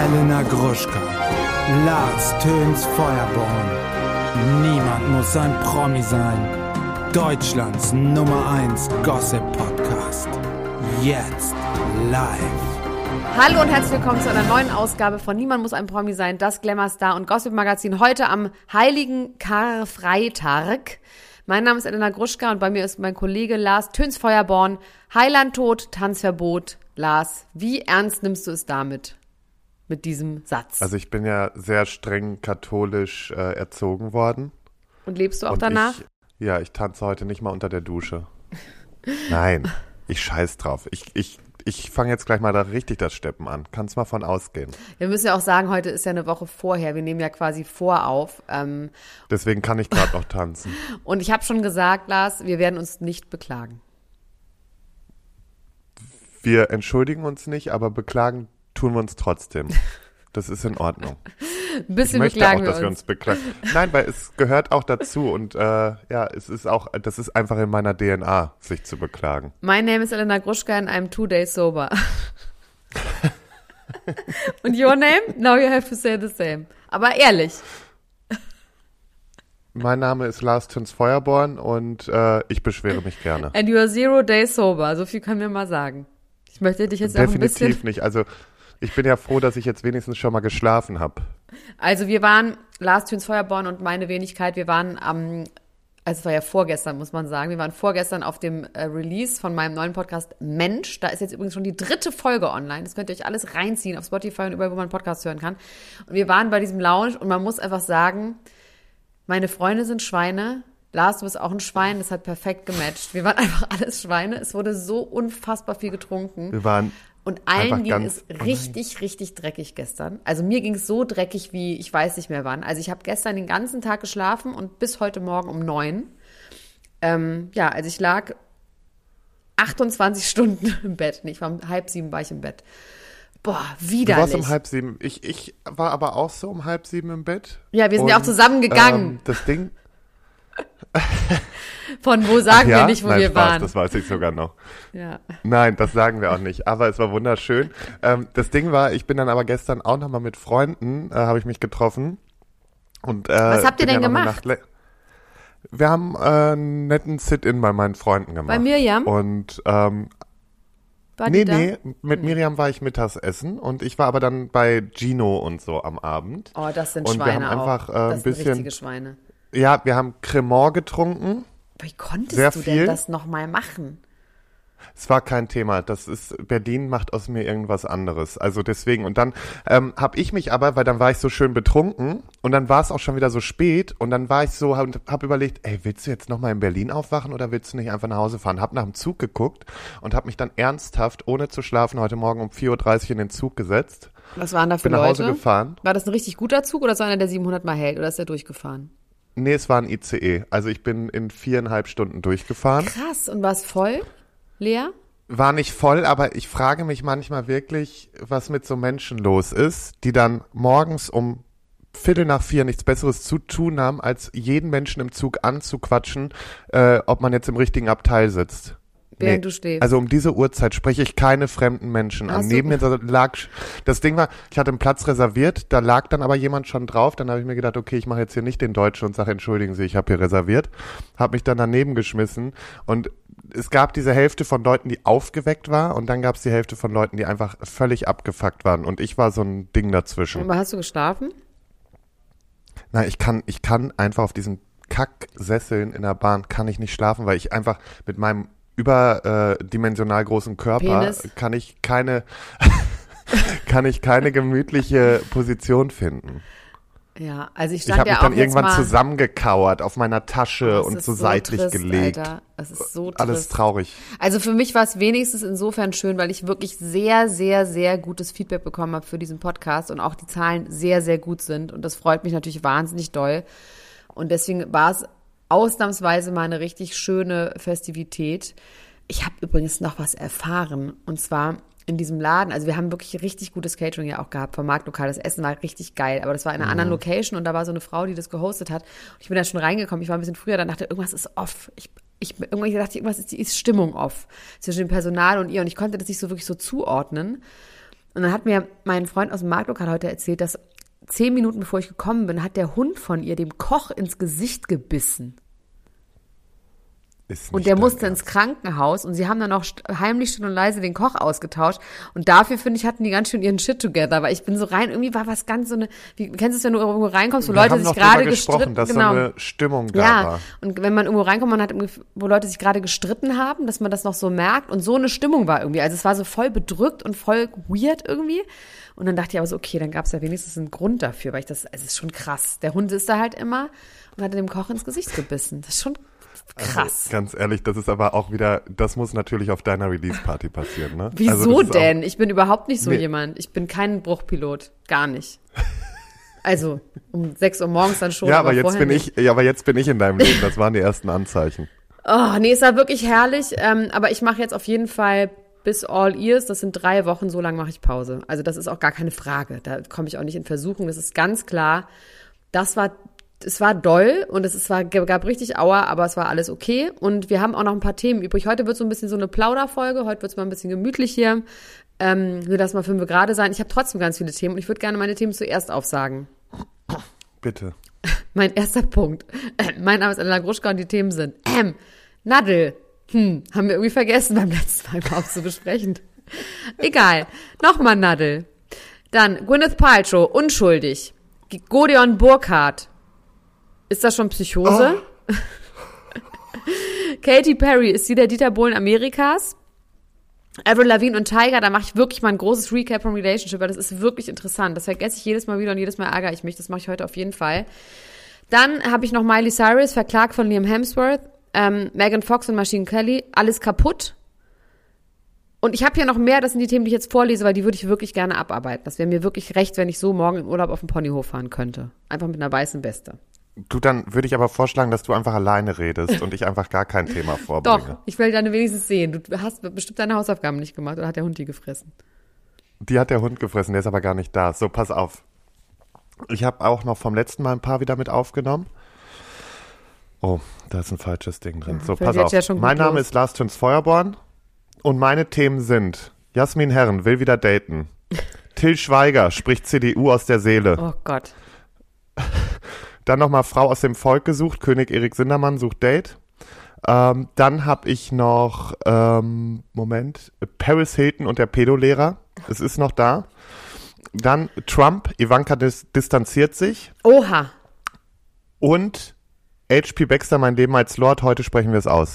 Elena Gruschka, Lars Töns Feuerborn. Niemand muss ein Promi sein. Deutschlands Nummer 1 Gossip-Podcast. Jetzt live. Hallo und herzlich willkommen zu einer neuen Ausgabe von Niemand muss ein Promi sein, das Glamour-Star und Gossip-Magazin. Heute am heiligen Karfreitag. Mein Name ist Elena Gruschka und bei mir ist mein Kollege Lars Töns Feuerborn. Heilandtod, Tanzverbot. Lars, wie ernst nimmst du es damit? Mit diesem Satz? Also ich bin ja sehr streng katholisch erzogen worden. Und lebst du auch danach? Ich tanze heute nicht mal unter der Dusche. Nein, ich scheiß drauf. Ich fange jetzt gleich mal da richtig das Steppen an. Kannst mal von ausgehen. Wir müssen ja auch sagen, heute ist ja eine Woche vorher. Wir nehmen ja quasi vorauf. Deswegen kann ich gerade noch tanzen. Und ich habe schon gesagt, Lars, wir werden uns nicht beklagen. Wir entschuldigen uns nicht, aber beklagen tun wir uns trotzdem. Das ist in Ordnung. Ein bisschen ich möchte beklagen auch, dass wir uns beklagen. Nein, weil es gehört auch dazu und es ist auch, das ist einfach in meiner DNA, sich zu beklagen. My name is Elena Gruschka and I'm 2 days sober. Und your name? Now you have to say the same. Aber ehrlich. Mein Name ist Lars Töns Feuerborn und ich beschwere mich gerne. And you are 0 days sober. So viel können wir mal sagen. Ich möchte dich jetzt auch ein bisschen... Definitiv nicht. Also ich bin ja froh, dass ich jetzt wenigstens schon mal geschlafen habe. Also wir waren, Lars Töns Feuerborn und meine Wenigkeit, wir waren es war ja vorgestern, muss man sagen, wir waren vorgestern auf dem Release von meinem neuen Podcast Mensch. Da ist jetzt übrigens schon die 3. Folge online. Das könnt ihr euch alles reinziehen auf Spotify und überall, wo man Podcasts hören kann. Und wir waren bei diesem Lounge und man muss einfach sagen, meine Freunde sind Schweine. Lars, du bist auch ein Schwein, das hat perfekt gematcht. Wir waren einfach alles Schweine. Es wurde so unfassbar viel getrunken. Wir waren und allen ging es richtig, richtig dreckig gestern. Also mir ging es so dreckig wie, ich weiß nicht mehr wann. Also ich habe gestern den ganzen Tag geschlafen und bis heute Morgen um 9. Also ich lag 28 Stunden im Bett. Ich war um 6:30 war ich im Bett. Boah, widerlich. Du warst um 6:30. Ich war aber auch so um 6:30 im Bett. Ja, wir sind ja auch zusammen gegangen. Das Ding... Von wo sagen wir nicht, wo wir waren. Das weiß ich sogar noch. Ja. Nein, das sagen wir auch nicht. Aber es war wunderschön. Das Ding war, ich bin dann aber gestern auch nochmal mit Freunden, habe ich mich getroffen. Und, was habt ihr denn gemacht? Wir haben einen netten Sit-In bei meinen Freunden gemacht. Bei Miriam? Und mit Miriam war ich mittags essen und ich war aber dann bei Gino und so am Abend. Oh, das sind und Schweine wir haben einfach, das ein bisschen, sind richtige Schweine. Ja, wir haben Cremant getrunken. Wie konntest sehr du viel. denn das nochmal machen? Es war kein Thema. Berlin macht aus mir irgendwas anderes. Also deswegen. Und dann habe ich mich aber, weil dann war ich so schön betrunken und dann war es auch schon wieder so spät und dann war ich so und habe überlegt, willst du jetzt nochmal in Berlin aufwachen oder willst du nicht einfach nach Hause fahren? Hab nach dem Zug geguckt und habe mich dann ernsthaft, ohne zu schlafen, heute Morgen um 4:30 Uhr in den Zug gesetzt. Was waren da für Bin Leute? Nach Hause gefahren. War das ein richtig guter Zug oder so einer, der 700 Mal hält oder ist der durchgefahren? Nee, es war ein ICE. Also ich bin in 4,5 Stunden durchgefahren. Krass. Und war es voll, Lea? War nicht voll, aber ich frage mich manchmal wirklich, was mit so Menschen los ist, die dann morgens um 3:45 nichts Besseres zu tun haben, als jeden Menschen im Zug anzuquatschen, ob man jetzt im richtigen Abteil sitzt. Während du stehst. Also um diese Uhrzeit spreche ich keine fremden Menschen an. Neben mir lag, das Ding war, ich hatte einen Platz reserviert, da lag dann aber jemand schon drauf, dann habe ich mir gedacht, okay, ich mache jetzt hier nicht den Deutschen und sage, entschuldigen Sie, ich habe hier reserviert, habe mich dann daneben geschmissen und es gab diese Hälfte von Leuten, die aufgeweckt war und dann gab es die Hälfte von Leuten, die einfach völlig abgefuckt waren und ich war so ein Ding dazwischen. Aber hast du geschlafen? Nein, ich kann einfach auf diesen Kacksesseln in der Bahn kann ich nicht schlafen, weil ich einfach mit meinem überdimensional großen Körper Penis. kann ich keine gemütliche Position finden. Ja, also ich Ich stand habe mich ja auch dann irgendwann jetzt mal zusammengekauert auf meiner Tasche und so seitlich trist, gelegt. Alter. Das ist so trist. Alles traurig. Also für mich war es wenigstens insofern schön, weil ich wirklich sehr, sehr, sehr gutes Feedback bekommen habe für diesen Podcast und auch die Zahlen sehr, sehr gut sind und das freut mich natürlich wahnsinnig doll. Und deswegen war es ausnahmsweise mal eine richtig schöne Festivität. Ich habe übrigens noch was erfahren und zwar in diesem Laden, also wir haben wirklich richtig gutes Catering ja auch gehabt vom Marktlokal, das Essen war richtig geil, aber das war in einer anderen Location und da war so eine Frau, die das gehostet hat und ich bin da schon reingekommen, ich war ein bisschen früher, dann dachte irgendwas ist off, irgendwas ist Stimmung off zwischen dem Personal und ihr und ich konnte das nicht so wirklich so zuordnen Und dann hat mir mein Freund aus dem Marktlokal heute erzählt, dass 10 Minuten bevor ich gekommen bin, hat der Hund von ihr dem Koch ins Gesicht gebissen. Und der musste ins Krankenhaus und sie haben dann auch heimlich still und leise den Koch ausgetauscht. Und dafür, finde ich, hatten die ganz schön ihren Shit together. Weil ich bin so rein, irgendwie war was ganz so eine, wie kennst du es, wenn du irgendwo reinkommst, wo Leute sich gerade gestritten haben? Dass so eine Stimmung da war. Ja, und wenn man irgendwo reinkommt, man hat irgendwie, wo Leute sich gerade gestritten haben, dass man das noch so merkt. Und so eine Stimmung war irgendwie. Also es war so voll bedrückt und voll weird irgendwie. Und dann dachte ich aber so, okay, dann gab es ja wenigstens einen Grund dafür, weil es ist schon krass. Der Hund ist da halt immer und hat dem Koch ins Gesicht gebissen. Das ist schon krass. Also, ganz ehrlich, das ist aber auch wieder, das muss natürlich auf deiner Release-Party passieren, ne? Wieso denn? Ich bin überhaupt nicht so jemand. Ich bin kein Bruchpilot. Gar nicht. Also, um 6 Uhr morgens dann schon. Ja, aber jetzt bin ich in deinem Leben. Das waren die ersten Anzeichen. Oh, nee, es war wirklich herrlich. Aber ich mache jetzt auf jeden Fall bis All Ears. Das sind 3 Wochen, so lange mache ich Pause. Also, das ist auch gar keine Frage. Da komme ich auch nicht in Versuchung. Das ist ganz klar. Es war doll und gab richtig Aua, aber es war alles okay. Und wir haben auch noch ein paar Themen übrig. Heute wird so ein bisschen so eine Plauderfolge. Heute wird es mal ein bisschen gemütlich hier. Will das mal 5 Grad sein. Ich habe trotzdem ganz viele Themen und ich würde gerne meine Themen zuerst aufsagen. Bitte. Mein erster Punkt. Mein Name ist Elena Gruschka und die Themen sind Nadel. Haben wir irgendwie vergessen beim letzten Mal überhaupt zu besprechen. Egal. Nochmal Nadel. Dann Gwyneth Paltrow, unschuldig. Gideon Burkhardt. Ist das schon Psychose? Oh. Katy Perry, ist sie der Dieter Bohlen Amerikas? Avril Lavigne und Tyga, da mache ich wirklich mal ein großes Recap vom Relationship, weil das ist wirklich interessant. Das vergesse ich jedes Mal wieder und jedes Mal ärgere ich mich. Das mache ich heute auf jeden Fall. Dann habe ich noch Miley Cyrus, verklagt von Liam Hemsworth, Megan Fox und Machine Kelly, alles kaputt. Und ich habe hier noch mehr, das sind die Themen, die ich jetzt vorlese, weil die würde ich wirklich gerne abarbeiten. Das wäre mir wirklich recht, wenn ich so morgen im Urlaub auf den Ponyhof fahren könnte. Einfach mit einer weißen Weste. Du, dann würde ich aber vorschlagen, dass du einfach alleine redest und ich einfach gar kein Thema vorbringe. Doch, ich will deine wenigstens sehen. Du hast bestimmt deine Hausaufgaben nicht gemacht oder hat der Hund die gefressen? Die hat der Hund gefressen, der ist aber gar nicht da. So, pass auf. Ich habe auch noch vom letzten Mal ein paar wieder mit aufgenommen. Oh, da ist ein falsches Ding drin. So, pass auf. Ja, mein Name ist Lars Töns Feuerborn und meine Themen sind Jasmin Herren will wieder daten. Till Schweiger spricht CDU aus der Seele. Oh Gott. Dann nochmal Frau aus dem Volk gesucht, König Erik Sindermann sucht Date. Dann habe ich noch, Paris Hilton und der Pedolehrer. Es ist noch da. Dann Trump, Ivanka distanziert sich. Oha. Und H.P. Baxter, mein Leben als Lord, heute sprechen wir es aus.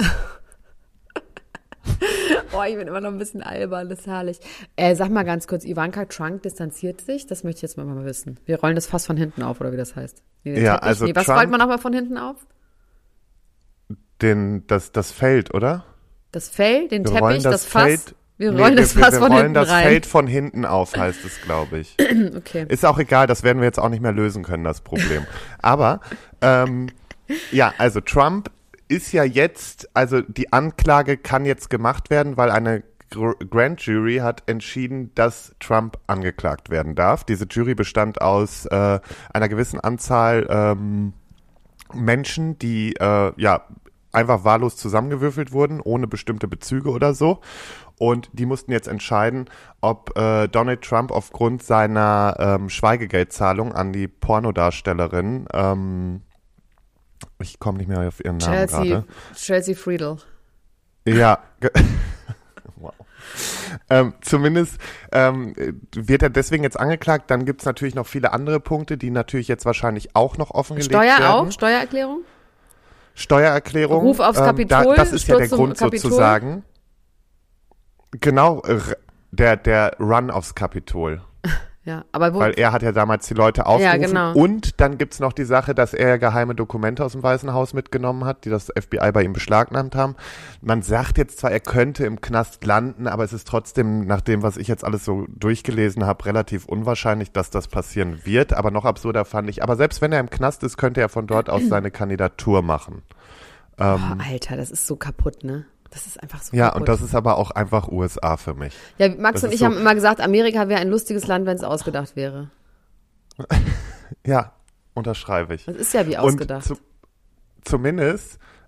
Oh, ich bin immer noch ein bisschen albern, das ist herrlich. Sag mal ganz kurz, Ivanka Trump distanziert sich? Das möchte ich jetzt mal wissen. Wir rollen das fast von hinten auf, oder wie das heißt? Nee, ja, also was rollt man nochmal von hinten auf? Das Feld, oder? Das Feld, den Teppich, das Fass? Wir rollen das Fass von hinten rein. Wir rollen das Feld von hinten auf, heißt es, glaube ich. Okay. Ist auch egal, das werden wir jetzt auch nicht mehr lösen können, das Problem. Aber, ja, also Trump ist ja jetzt, also die Anklage kann jetzt gemacht werden, weil eine Grand Jury hat entschieden, dass Trump angeklagt werden darf. Diese Jury bestand aus einer gewissen Anzahl Menschen, die einfach wahllos zusammengewürfelt wurden, ohne bestimmte Bezüge oder so. Und die mussten jetzt entscheiden, ob Donald Trump aufgrund seiner Schweigegeldzahlung an die Pornodarstellerin ich komme nicht mehr auf ihren Namen gerade. Chelsea Friedel. Ja, wow. Zumindest wird er deswegen jetzt angeklagt. Dann gibt es natürlich noch viele andere Punkte, die natürlich jetzt wahrscheinlich auch noch offengelegt werden. Steuer auch? Steuererklärung? Steuererklärung. Ruf aufs Kapitol. Das ist ja der Grund sozusagen. Genau, der Run aufs Kapitol. Ja, aber weil er hat ja damals die Leute aufgerufen. Ja, genau. Und dann gibt's noch die Sache, dass er geheime Dokumente aus dem Weißen Haus mitgenommen hat, die das FBI bei ihm beschlagnahmt haben. Man sagt jetzt zwar, er könnte im Knast landen, aber es ist trotzdem, nach dem, was ich jetzt alles so durchgelesen habe, relativ unwahrscheinlich, dass das passieren wird. Aber noch absurder fand ich, aber selbst wenn er im Knast ist, könnte er von dort aus seine Kandidatur machen. Alter, das ist so kaputt, ne? Das ist einfach so ja, kaputt. Und das ist aber auch einfach USA für mich. Ja, Max und ich haben immer gesagt, Amerika wäre ein lustiges Land, wenn es ausgedacht wäre. Ja, unterschreibe ich. Das ist ja wie ausgedacht. Und zumindest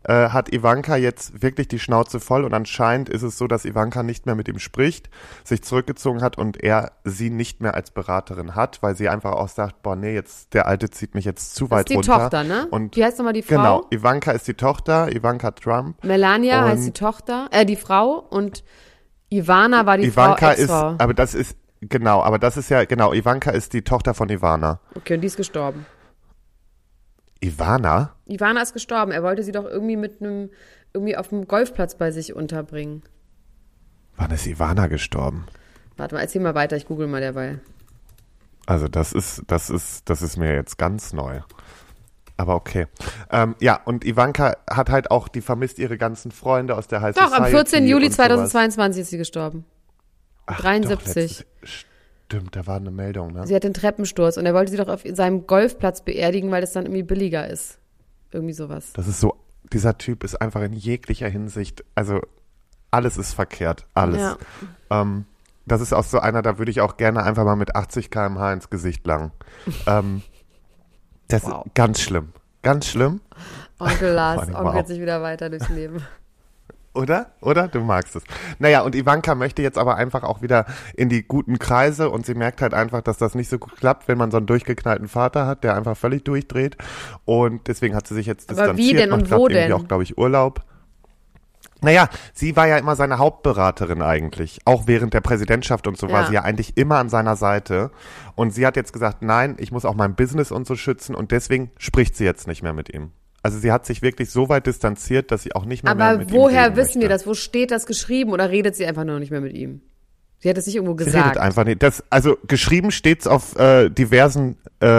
hat Ivanka jetzt wirklich die Schnauze voll und anscheinend ist es so, dass Ivanka nicht mehr mit ihm spricht, sich zurückgezogen hat und er sie nicht mehr als Beraterin hat, weil sie einfach auch sagt, boah, nee, jetzt der Alte zieht mich jetzt zu weit runter. Das ist die Tochter, ne? Und wie heißt nochmal die Frau? Genau, Ivanka ist die Tochter, Ivanka Trump. Melania heißt die Tochter, die Frau und Ivana war die Ivanka Frau, Ex-Frau. Aber das ist ja, Ivanka ist die Tochter von Ivana. Okay, und die ist gestorben. Ivana? Ivana ist gestorben. Er wollte sie doch irgendwie auf dem Golfplatz bei sich unterbringen. Wann ist Ivana gestorben? Warte mal, erzähl mal weiter, ich google mal derweil. Also das ist mir jetzt ganz neu. Aber okay. Ja, und Ivanka hat halt auch, die vermisst ihre ganzen Freunde aus der High Society. Doch, am 14. Juli 2022 ist sie gestorben. Ach, 73. Doch, stimmt, da war eine Meldung, ne? Sie hat einen Treppensturz und er wollte sie doch auf seinem Golfplatz beerdigen, weil das dann irgendwie billiger ist. Irgendwie sowas. Das ist so, dieser Typ ist einfach in jeglicher Hinsicht, also alles ist verkehrt, alles. Ja. Das ist auch so einer, da würde ich auch gerne einfach mal mit 80 km/h ins Gesicht langen. Das ist ganz schlimm. Ganz schlimm. Onkel Lars onkelt sich wieder weiter durchs Leben. Oder? Du magst es. Naja, und Ivanka möchte jetzt aber einfach auch wieder in die guten Kreise und sie merkt halt einfach, dass das nicht so gut klappt, wenn man so einen durchgeknallten Vater hat, der einfach völlig durchdreht. Und deswegen hat sie sich jetzt distanziert. Aber wie denn und wo denn? Auch, glaube ich, Urlaub. Naja, sie war ja immer seine Hauptberaterin eigentlich. Auch während der Präsidentschaft und so war sie ja eigentlich immer an seiner Seite. Und sie hat jetzt gesagt, nein, ich muss auch mein Business und so schützen und deswegen spricht sie jetzt nicht mehr mit ihm. Also sie hat sich wirklich so weit distanziert, dass sie auch nicht mehr mit ihm reden möchte. Aber woher wissen wir das? Wo steht das geschrieben oder redet sie einfach nur nicht mehr mit ihm? Sie hat es nicht irgendwo gesagt. Sie redet einfach nicht. Also geschrieben steht's auf diversen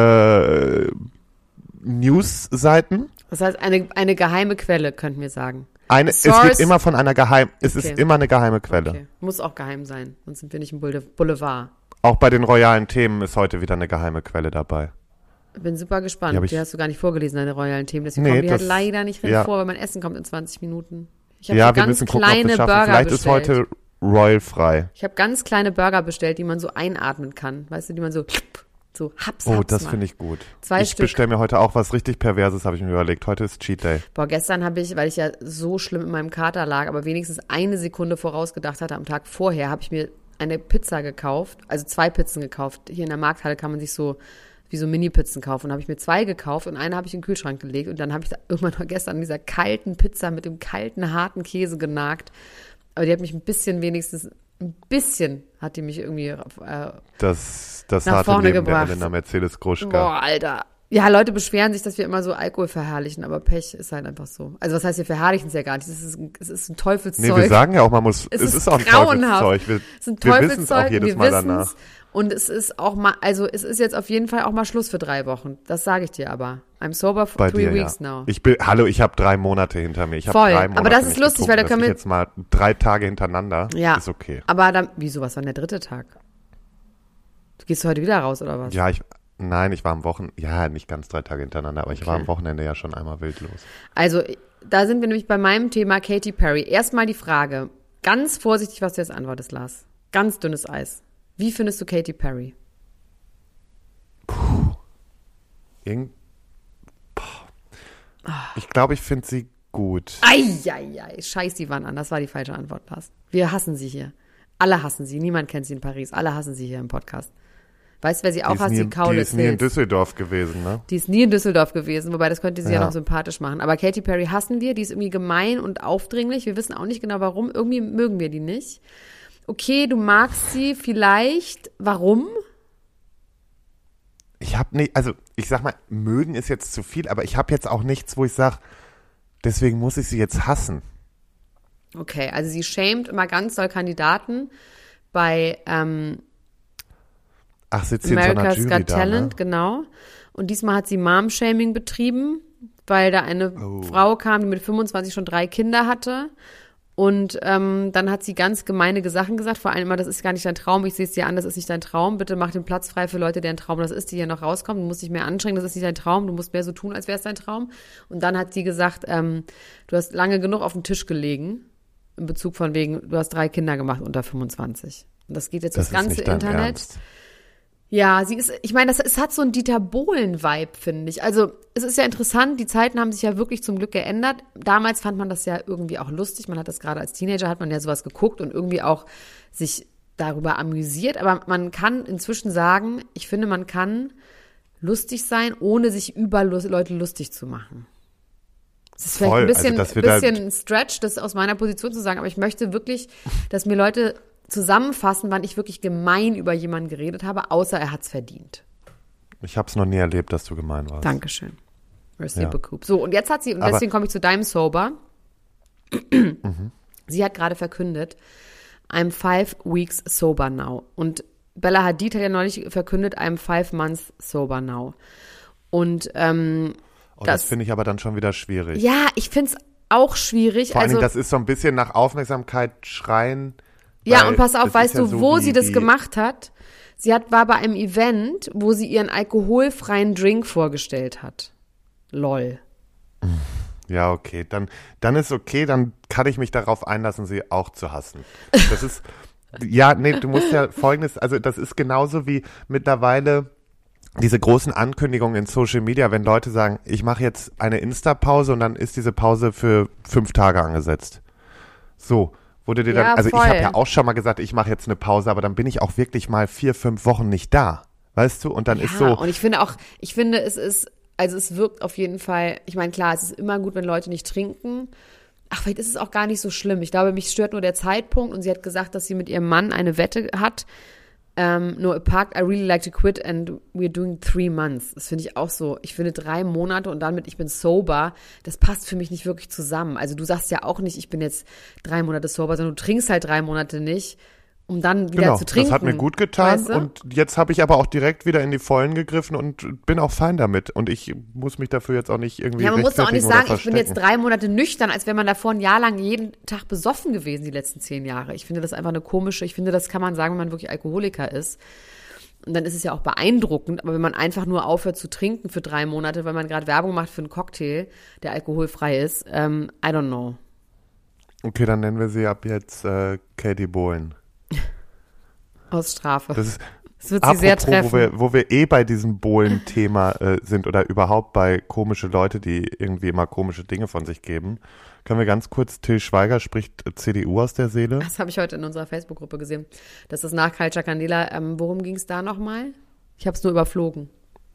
News-Seiten. Das heißt, eine geheime Quelle, könnten wir sagen. Es wird immer von einer ist immer eine geheime Quelle. Okay. Muss auch geheim sein, sonst sind wir nicht im Boulevard. Auch bei den royalen Themen ist heute wieder eine geheime Quelle dabei. Bin super gespannt. Die hast du gar nicht vorgelesen, deine royalen Themen. Deswegen kommen die halt leider nicht vor, wenn mein Essen kommt in 20 Minuten. Ich habe wir müssen gucken, ob wir es schaffen. Vielleicht ist heute royal frei. Ich habe ganz kleine Burger bestellt, die man so einatmen kann. Weißt du, die man so haps. Oh, das finde ich gut. 2 Stück. Ich bestelle mir heute auch was richtig Perverses, habe ich mir überlegt. Heute ist Cheat Day. Gestern habe ich, weil ich ja so schlimm in meinem Kater lag, aber wenigstens eine Sekunde vorausgedacht hatte am Tag vorher, habe ich mir eine Pizza gekauft, also 2 Pizzen gekauft. Hier in der Markthalle kann man sich so wie so Mini-Pizzen kaufen. Und habe ich mir 2 gekauft und eine habe ich in den Kühlschrank gelegt. Und dann habe ich da irgendwann gestern an dieser kalten Pizza mit dem kalten, harten Käse genagt. Aber die hat mich ein bisschen hat die mich irgendwie das nach harte vorne Leben gebracht. der Elena Mercedes Gruschka. Boah, Alter. Ja, Leute beschweren sich, dass wir immer so Alkohol verherrlichen, aber Pech ist halt einfach so. Also was heißt, wir verherrlichen es ja gar nicht. Es ist ein Teufelszeug. Nee, wir sagen ja auch, es ist auch ein Teufelszeug. Es ist ein wir wissen es auch jedes Mal danach. Und es ist auch mal, also es ist jetzt auf jeden Fall auch mal Schluss für 3 Wochen. Das sage ich dir aber. I'm sober for 3 weeks now. Ich habe 3 Monate hinter mir. Ich habe 3 Monate aber das ist lustig, weil da können wir jetzt mal 3 Tage hintereinander. Ja. Ist okay. Aber dann, wieso, was war denn der 3. Tag? Du gehst heute wieder raus, oder was? Ja, ich war am Wochenende, nicht ganz 3 Tage hintereinander, aber ich war am Wochenende ja schon einmal wildlos. Also, da sind wir nämlich bei meinem Thema Katy Perry. Erstmal die Frage, ganz vorsichtig, was du jetzt antwortest, Lars. Ganz dünnes Eis. Wie findest du Katy Perry? Ich glaube, ich finde sie gut. Eieiei, scheiß die Wand an, das war die falsche Antwort, Lars. Wir hassen sie hier. Alle hassen sie, niemand kennt sie in Paris. Alle hassen sie hier im Podcast. Weißt du, wer sie auch hasst? Die Kaulitz. Die ist nie in Düsseldorf gewesen, ne? Die ist nie in Düsseldorf gewesen, wobei das könnte sie ja noch sympathisch machen. Aber Katy Perry hassen wir, die ist irgendwie gemein und aufdringlich. Wir wissen auch nicht genau, warum. Irgendwie mögen wir die nicht. Okay, du magst sie vielleicht. Warum? Ich habe nicht, also ich sag mal, mögen ist jetzt zu viel, aber ich habe jetzt auch nichts, wo ich sage, deswegen muss ich sie jetzt hassen. Okay, also sie shamed immer ganz doll Kandidaten bei sitzt sie in so einer America's Jury Got Talent, ne? genau. Und diesmal hat sie Mom-Shaming betrieben, weil da eine Frau kam, die mit 25 schon 3 Kinder hatte. Und dann hat sie ganz gemeine Sachen gesagt, vor allem immer, das ist gar nicht dein Traum, ich sehe es dir an, das ist nicht dein Traum, bitte mach den Platz frei für Leute, deren Traum das ist, die hier noch rauskommen, du musst dich mehr anstrengen, das ist nicht dein Traum, du musst mehr so tun, als wäre es dein Traum. Und dann hat sie gesagt, du hast lange genug auf dem Tisch gelegen, in Bezug von wegen, du hast 3 Kinder gemacht unter 25. Und das geht jetzt das ganze Internet. Ernst. Ja, ich meine, es hat so einen Dieter Bohlen-Vibe, finde ich. Also, es ist ja interessant, die Zeiten haben sich ja wirklich zum Glück geändert. Damals fand man das ja irgendwie auch lustig. Man hat das gerade als Teenager, hat man ja sowas geguckt und irgendwie auch sich darüber amüsiert. Aber man kann inzwischen sagen, ich finde, man kann lustig sein, ohne sich über Leute lustig zu machen. Das ist vielleicht ein bisschen ein Stretch, das aus meiner Position zu sagen, aber ich möchte wirklich, dass mir Leute zusammenfassen, wann ich wirklich gemein über jemanden geredet habe, außer er hat's verdient. Ich habe es noch nie erlebt, dass du gemein warst. Dankeschön. Merci beaucoup. So, und jetzt hat sie, und deswegen komme ich zu deinem Sober. Sie hat gerade verkündet, I'm 5 weeks sober now. Und Bella Hadid hat ja neulich verkündet, I'm 5 months sober now. Und das finde ich aber dann schon wieder schwierig. Ja, ich finde es auch schwierig. Vor allen Dingen, das ist so ein bisschen nach Aufmerksamkeit schreien. Ja, und pass auf, weißt du, wo sie das gemacht hat? War bei einem Event, wo sie ihren alkoholfreien Drink vorgestellt hat. Lol. Ja, okay, dann ist okay, dann kann ich mich darauf einlassen, sie auch zu hassen. Das ist, ja, nee, du musst ja Folgendes, also das ist genauso wie mittlerweile diese großen Ankündigungen in Social Media, wenn Leute sagen, ich mache jetzt eine Insta-Pause und dann ist diese Pause für 5 Tage angesetzt. So. Wurde dir dann, also voll. Ich habe ja auch schon mal gesagt, ich mache jetzt eine Pause, aber dann bin ich auch wirklich mal 4-5 Wochen nicht da, weißt du? Und dann ist so. Und ich finde, es wirkt auf jeden Fall, ich meine, klar, es ist immer gut, wenn Leute nicht trinken. Ach, vielleicht ist es auch gar nicht so schlimm. Ich glaube, mich stört nur der Zeitpunkt und sie hat gesagt, dass sie mit ihrem Mann eine Wette hat. No, a park, I really like to quit and we're doing 3 months. Das finde ich auch so. Ich finde 3 Monate und dann mit ich bin sober, das passt für mich nicht wirklich zusammen. Also du sagst ja auch nicht, ich bin jetzt 3 Monate sober, sondern du trinkst halt 3 Monate nicht, um dann wieder zu trinken. Das hat mir gut getan, weißt du? Und jetzt habe ich aber auch direkt wieder in die Vollen gegriffen und bin auch fein damit. Und ich muss mich dafür jetzt auch nicht irgendwie Ja, man muss doch auch nicht sagen, ich bin jetzt 3 Monate nüchtern, als wäre man davor ein Jahr lang jeden Tag besoffen gewesen, die letzten 10 Jahre. Ich finde das einfach ich finde, das kann man sagen, wenn man wirklich Alkoholiker ist. Und dann ist es ja auch beeindruckend, aber wenn man einfach nur aufhört zu trinken für 3 Monate, weil man gerade Werbung macht für einen Cocktail, der alkoholfrei ist, I don't know. Okay, dann nennen wir sie ab jetzt Katie Bohlen. Aus Strafe. Das wird sie sehr treffen. Wo wir bei diesem Bohlen-Thema sind oder überhaupt bei komische Leute, die irgendwie immer komische Dinge von sich geben, können wir ganz kurz, Till Schweiger spricht CDU aus der Seele. Das habe ich heute in unserer Facebook-Gruppe gesehen. Das ist nach Culture Candela. Worum ging es da nochmal? Ich habe es nur überflogen.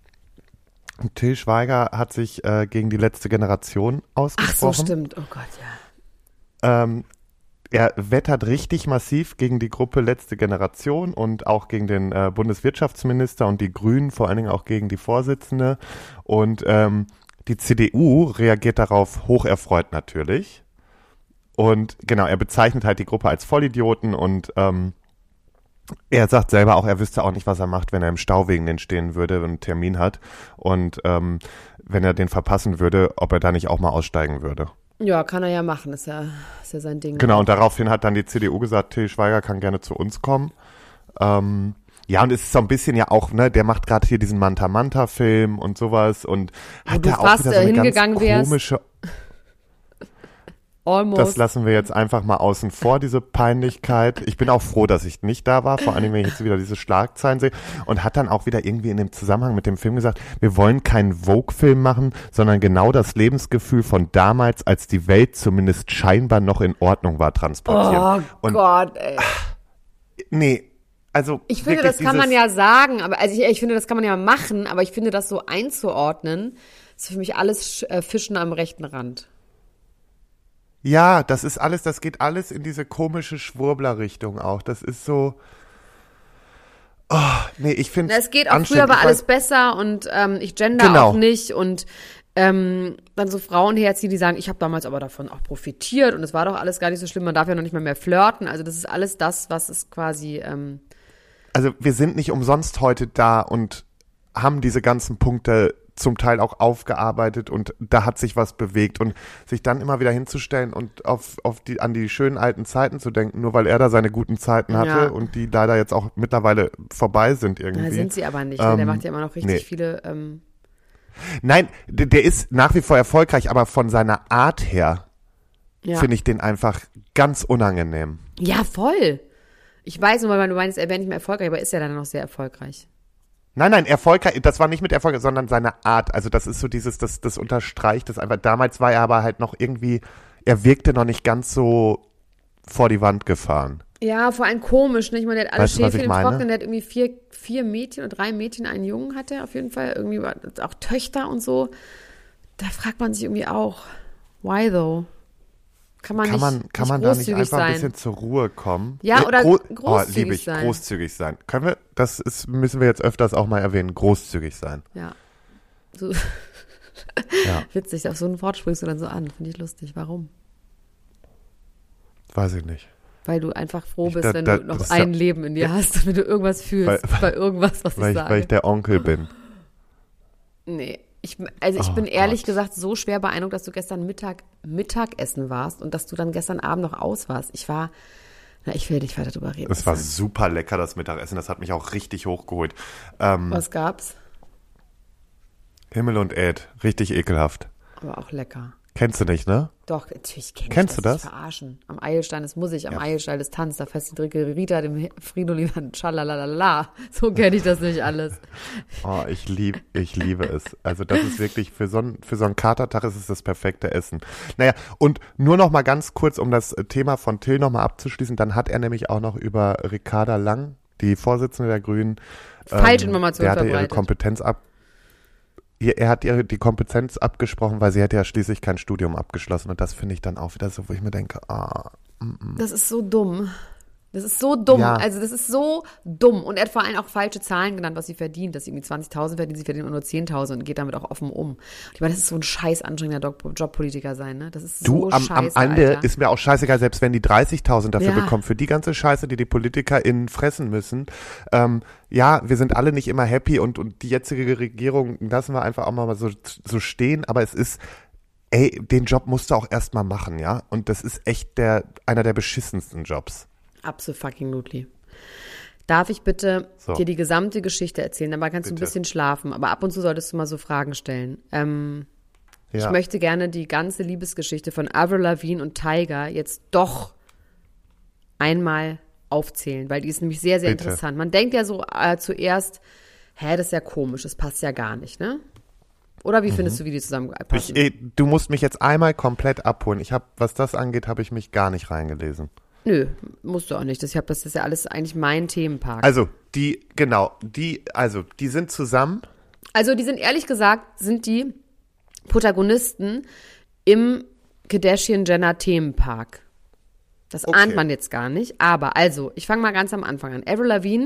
Till Schweiger hat sich gegen die letzte Generation ausgesprochen. Ach so, stimmt. Oh Gott, ja. Er wettert richtig massiv gegen die Gruppe Letzte Generation und auch gegen den Bundeswirtschaftsminister und die Grünen, vor allen Dingen auch gegen die Vorsitzende. Und die CDU reagiert darauf hocherfreut natürlich. Und genau, er bezeichnet halt die Gruppe als Vollidioten und er sagt selber auch, er wüsste auch nicht, was er macht, wenn er im Stau wegen den stehen würde und einen Termin hat. Und wenn er den verpassen würde, ob er da nicht auch mal aussteigen würde. Ja, kann er ja machen, ist ja sein Ding. Genau, und daraufhin hat dann die CDU gesagt, Till Schweiger kann gerne zu uns kommen. Ja, und es ist so ein bisschen ja auch, ne, der macht gerade hier diesen Manta-Manta-Film und sowas und hat da auch wieder so eine ganz komische... Almost. Das lassen wir jetzt einfach mal außen vor, diese Peinlichkeit. Ich bin auch froh, dass ich nicht da war, vor allem, wenn ich jetzt wieder diese Schlagzeilen sehe. Und hat dann auch wieder irgendwie in dem Zusammenhang mit dem Film gesagt, wir wollen keinen Vogue-Film machen, sondern genau das Lebensgefühl von damals, als die Welt zumindest scheinbar noch in Ordnung war, transportieren. Oh Gott, ey. Nee, also ich finde, das kann man ja sagen, aber also ich finde, das kann man ja machen, aber ich finde, das so einzuordnen, ist für mich alles Fischen am rechten Rand. Ja, das geht alles in diese komische Schwurbler-Richtung auch. Das ist so, nee, ich finde es geht auch, früher war alles besser und ich gender auch nicht und dann so Frauen herziehen, die sagen, ich habe damals aber davon auch profitiert und es war doch alles gar nicht so schlimm, man darf ja noch nicht mal mehr flirten. Also das ist alles das, was es quasi Also wir sind nicht umsonst heute da und haben diese ganzen Punkte zum Teil auch aufgearbeitet und da hat sich was bewegt und sich dann immer wieder hinzustellen und an die schönen alten Zeiten zu denken, nur weil er da seine guten Zeiten hatte und die leider jetzt auch mittlerweile vorbei sind irgendwie. Ja, sind sie aber nicht, der macht ja immer noch richtig viele Nein, der ist nach wie vor erfolgreich, aber von seiner Art her finde ich den einfach ganz unangenehm. Ja, voll. Ich weiß nur, weil du meinst, er wäre nicht mehr erfolgreich, aber ist ja dann noch sehr erfolgreich. Nein, erfolgreich, das war nicht mit Erfolg, sondern seine Art. Also das ist so dieses, das unterstreicht das einfach. Damals war er aber halt noch irgendwie, er wirkte noch nicht ganz so vor die Wand gefahren. Ja, vor allem komisch, ne? Ich meine, der hat alle Weißt du, was Schäfchen ich im meine? Trocknen, der hat irgendwie vier Mädchen oder 3 Mädchen, einen Jungen hat er auf jeden Fall. Irgendwie auch Töchter und so. Da fragt man sich irgendwie auch, why though? Kann man da nicht großzügig einfach sein? ein bisschen zur Ruhe kommen? Ja, oder großzügig liebe ich, sein. großzügig sein. Müssen wir jetzt öfters auch mal erwähnen, großzügig sein. Ja. So. Ja. Witzig, auf so ein Wort springst du dann so an. Finde ich lustig. Warum? Weiß ich nicht. Weil du einfach froh bist, wenn du noch ein Leben in dir hast, wenn du irgendwas fühlst bei irgendwas, was ich sage. Weil ich der Onkel bin. Nee. Ich bin ehrlich gesagt so schwer beeindruckt, dass du gestern Mittagessen warst und dass du dann gestern Abend noch aus warst. Ich will nicht weiter drüber reden. Es war super lecker, das Mittagessen. Das hat mich auch richtig hochgeholt. Was gab's? Himmel und Erd. Richtig ekelhaft. Aber auch lecker. Kennst du nicht, ne? Doch, natürlich Kennst du das? Ich verarschen. Am Eilstein, das muss ich. Am Eilstein des Tanz, da fässt die Dricke Rita, dem Fridolin an. Schalalala. So kenne ich das nicht alles. Oh, ich liebe es. Also das ist wirklich, für so einen Katertag ist es das perfekte Essen. Naja, und nur noch mal ganz kurz, um das Thema von Till noch mal abzuschließen, dann hat er nämlich auch noch über Ricarda Lang, die Vorsitzende der Grünen, Falschinformationen verbreitet. Ihre Kompetenz er hat ihr die Kompetenz abgesprochen, weil sie hätte ja schließlich kein Studium abgeschlossen. Und das finde ich dann auch wieder so, wo ich mir denke, Das ist so dumm. Das ist so dumm. Ja. Also das ist so dumm. Und er hat vor allem auch falsche Zahlen genannt, was sie verdient. Dass sie irgendwie 20.000 verdient, sie verdient nur 10.000 und geht damit auch offen um. Und ich meine, das ist so ein scheiß anstrengender Jobpolitiker sein, ne? Das ist so scheiße, am Ende Alter. ist mir auch scheißegal, selbst wenn die 30.000 dafür bekommen, für die ganze Scheiße, die PolitikerInnen fressen müssen. Ja, wir sind alle nicht immer happy und die jetzige Regierung lassen wir einfach auch mal so stehen, aber es ist, den Job musst du auch erstmal machen, ja? Und das ist echt einer der beschissensten Jobs. Absolutely. Darf ich bitte dir die gesamte Geschichte erzählen? Dabei kannst du ein bisschen schlafen, aber ab und zu solltest du mal so Fragen stellen. Ich möchte gerne die ganze Liebesgeschichte von Avril Lavigne und Tyga jetzt doch einmal aufzählen, weil die ist nämlich sehr, sehr interessant. Man denkt ja so zuerst, das ist ja komisch, das passt ja gar nicht, ne? Oder wie findest du, wie die zusammenpassen? Du musst mich jetzt einmal komplett abholen. Was das angeht, habe ich mich gar nicht reingelesen. Nö, musst du auch nicht. Das ist ja alles eigentlich mein Themenpark. Also, die sind zusammen. Also, die sind ehrlich gesagt, sind die Protagonisten im Kardashian-Jenner-Themenpark. Das ahnt man jetzt gar nicht. Aber, also, ich fange mal ganz am Anfang an. Avril Lavigne.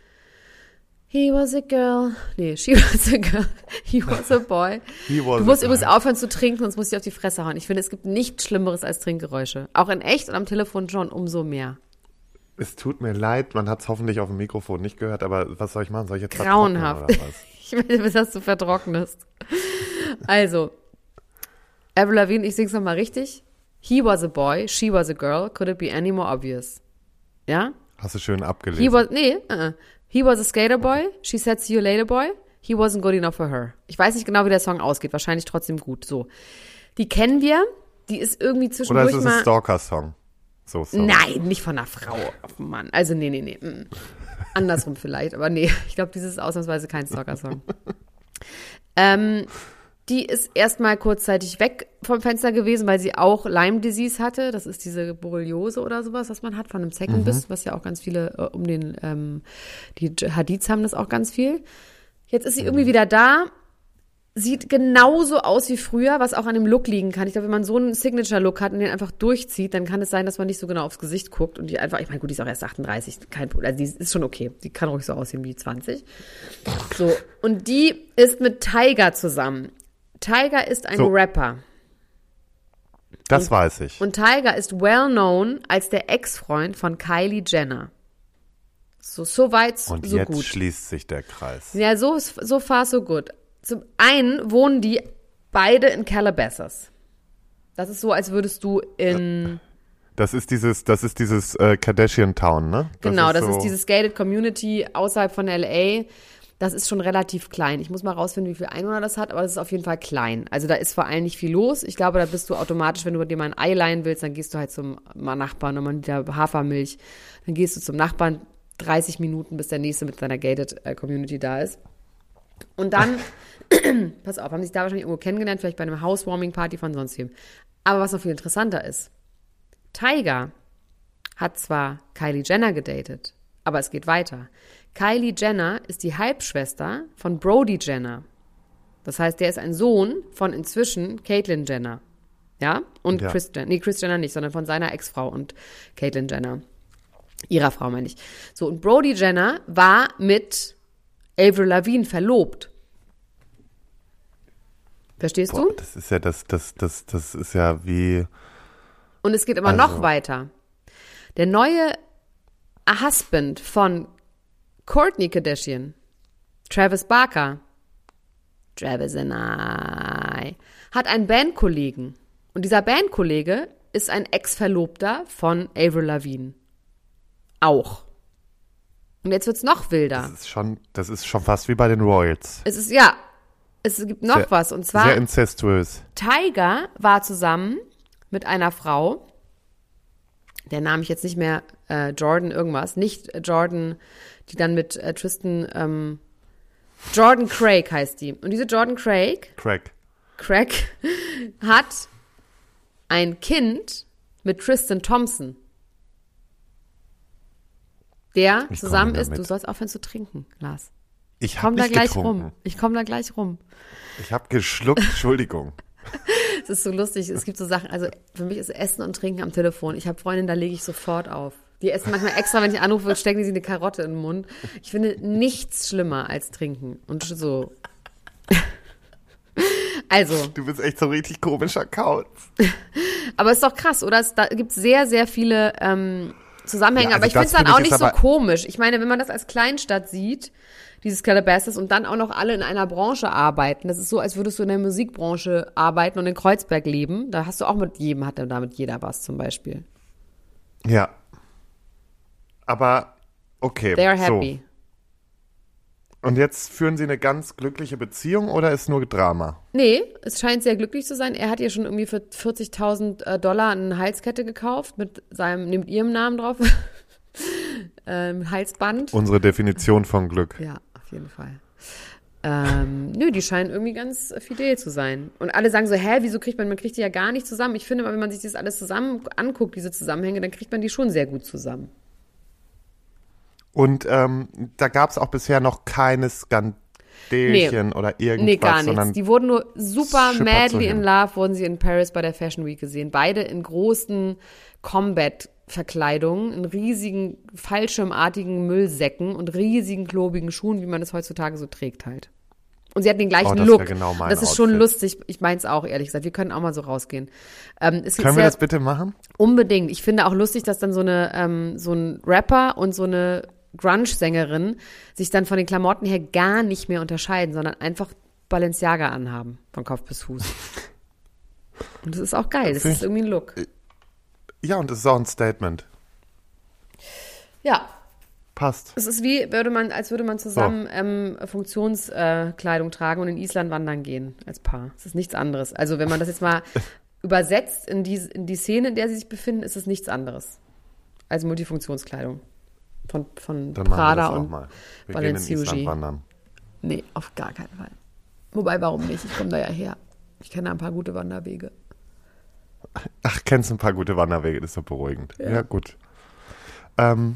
He was a girl. Nee, she was a girl. He was a boy. Du musst übrigens aufhören zu trinken, sonst muss ich auf die Fresse hauen. Ich finde, es gibt nichts Schlimmeres als Trinkgeräusche. Auch in echt und am Telefon schon umso mehr. Es tut mir leid, man hat es hoffentlich auf dem Mikrofon nicht gehört, aber was soll ich machen? Soll ich jetzt grauenhaft. Oder was? Ich will, bis dass du vertrocknest. Also, Avril Lavigne, ich sing's nochmal richtig. He was a boy, she was a girl, could it be any more obvious? Ja? Hast du schön abgelesen. He was a skater boy, she said see you later boy, he wasn't good enough for her. Ich weiß nicht genau, wie der Song ausgeht, wahrscheinlich trotzdem gut. So, die kennen wir, die ist irgendwie zwischendurch Oder ist es ein Stalker-Song? So. Nein, nicht von einer Frau auf einen Mann. Also nee. Andersrum vielleicht, aber nee, ich glaube, dieses ist ausnahmsweise kein Stalker-Song. Die ist erstmal kurzzeitig weg vom Fenster gewesen, weil sie auch Lyme Disease hatte. Das ist diese Borreliose oder sowas, was man hat von einem Zeckenbiss, was ja auch ganz viele die Hadids haben das auch ganz viel. Jetzt ist sie irgendwie wieder da, sieht genauso aus wie früher, was auch an dem Look liegen kann. Ich glaube, wenn man so einen Signature-Look hat und den einfach durchzieht, dann kann es sein, dass man nicht so genau aufs Gesicht guckt und die einfach, ich meine, gut, die ist auch erst 38, kein Problem, also die ist schon okay. Die kann ruhig so aussehen wie 20. So, und die ist mit Tyga zusammen. Tyga ist ein Rapper. Das weiß ich. Und Tyga ist well known als der Ex-Freund von Kylie Jenner. So weit, so gut. Und jetzt schließt sich der Kreis. Ja, so far, so good. Zum einen wohnen die beide in Calabasas. Das ist so, als würdest du in... Das ist dieses Kardashian Town, ne? Das ist dieses gated Community außerhalb von L.A., das ist schon relativ klein. Ich muss mal rausfinden, wie viele Einwohner das hat, aber das ist auf jeden Fall klein. Also da ist vor allem nicht viel los. Ich glaube, da bist du automatisch, wenn du dir mal ein Ei leihen willst, dann gehst du halt zum Nachbarn und man wieder Hafermilch. Dann gehst du zum Nachbarn 30 Minuten, bis der nächste mit seiner gated Community da ist. Und dann, pass auf, haben sich da wahrscheinlich irgendwo kennengelernt, vielleicht bei einer Housewarming-Party von sonst wem. Aber was noch viel interessanter ist, Tyga hat zwar Kylie Jenner gedatet, aber es geht weiter. Kylie Jenner ist die Halbschwester von Brody Jenner. Das heißt, der ist ein Sohn von inzwischen Caitlyn Jenner. Ja? Und Ja. Kris Jenner nicht, sondern von seiner Ex-Frau und Caitlyn Jenner. Ihrer Frau, meine ich. So, und Brody Jenner war mit Avril Lavigne verlobt. Verstehst du? Das ist ja das ist ja wie. Und es geht immer noch weiter. Der neue Husband von Kourtney Kardashian, Travis Barker, Travis and I, hat einen Bandkollegen. Und dieser Bandkollege ist ein Ex-Verlobter von Avril Lavigne. Auch. Und jetzt wird's noch wilder. Das ist schon fast wie bei den Royals. Es gibt noch Sehr- was. Und zwar, Sehr inzestuös. Tyga war zusammen mit einer Frau, der Name ich jetzt nicht mehr, Jordan irgendwas, nicht Jordan, die dann mit Tristan, Jordan Craig heißt die. Und diese Jordan Craig hat ein Kind mit Tristan Thompson, der Ich zusammen komme ist. damit. Du sollst aufhören zu trinken, Lars. Ich Ich habe komme da nicht gleich getrunken. rum. Ich komme da gleich rum. Ich habe geschluckt, Entschuldigung. Es ist so lustig. Es gibt so Sachen, also für mich ist Essen und Trinken am Telefon. Ich habe Freundinnen, da lege ich sofort auf. Die essen manchmal extra, wenn ich anrufe, stecken die sich eine Karotte in den Mund. Ich finde nichts schlimmer als Trinken. Und so. Also, Du bist echt so ein richtig komischer Kauz. aber ist doch krass, oder? Da gibt es sehr, sehr viele Zusammenhänge. Ja, also aber ich finde das es dann finde ich auch jetzt nicht so aber- komisch. Ich meine, wenn man das als Kleinstadt sieht, dieses Calabasas, und dann auch noch alle in einer Branche arbeiten. Das ist so, als würdest du in der Musikbranche arbeiten und in Kreuzberg leben. Da hast du auch mit jedem, hat da mit jeder was zum Beispiel. Ja. Aber, okay. They're happy. So. Und jetzt führen sie eine ganz glückliche Beziehung oder ist nur Drama? Nee, es scheint sehr glücklich zu sein. Er hat ihr schon irgendwie für $40.000 eine Halskette gekauft mit ihrem Namen drauf. Halsband. Unsere Definition von Glück. Ja, auf jeden Fall. Nö, die scheinen irgendwie ganz fidel zu sein. Und alle sagen so, wieso man kriegt die ja gar nicht zusammen. Ich finde, wenn man sich das alles zusammen anguckt, diese Zusammenhänge, dann kriegt man die schon sehr gut zusammen. Und da gab es auch bisher noch keine Skandelchen oder irgendwas. Nee, gar nichts. Sondern Die wurden nur super schippert so madly hin. in love, wurden sie in Paris bei der Fashion Week gesehen. Beide in großen Combat-Verkleidungen, in riesigen, fallschirmartigen Müllsäcken und riesigen, klobigen Schuhen, wie man das heutzutage so trägt halt. Und sie hatten den gleichen das Look. wär genau mein Das ist schon Outfit. lustig. Ich meins auch, ehrlich gesagt. Wir können auch mal so rausgehen. Es gibt Können wir sehr- das bitte machen? Unbedingt. Ich finde auch lustig, dass dann so ein Rapper und so eine Grunge-Sängerin sich dann von den Klamotten her gar nicht mehr unterscheiden, sondern einfach Balenciaga anhaben, von Kopf bis Fuß. Und das ist auch geil. Das Find ist ich- irgendwie ein Look. Ja, und das ist auch ein Statement. Ja, Passt. es ist als würde man zusammen Funktionskleidung tragen und in Island wandern gehen als Paar. Es ist nichts anderes. Also wenn man das jetzt mal übersetzt in die Szene, in der sie sich befinden, ist es nichts anderes als Multifunktionskleidung. Von Dann machen wir Prada das auch und mal. Wir gehen in Island Balenciaga. wandern. Nee, auf gar keinen Fall. Wobei, warum nicht? Ich komme da ja her. Ich kenne da ein paar gute Wanderwege. Ach, kennst ein paar gute Wanderwege, das ist doch beruhigend. Ja, gut. Und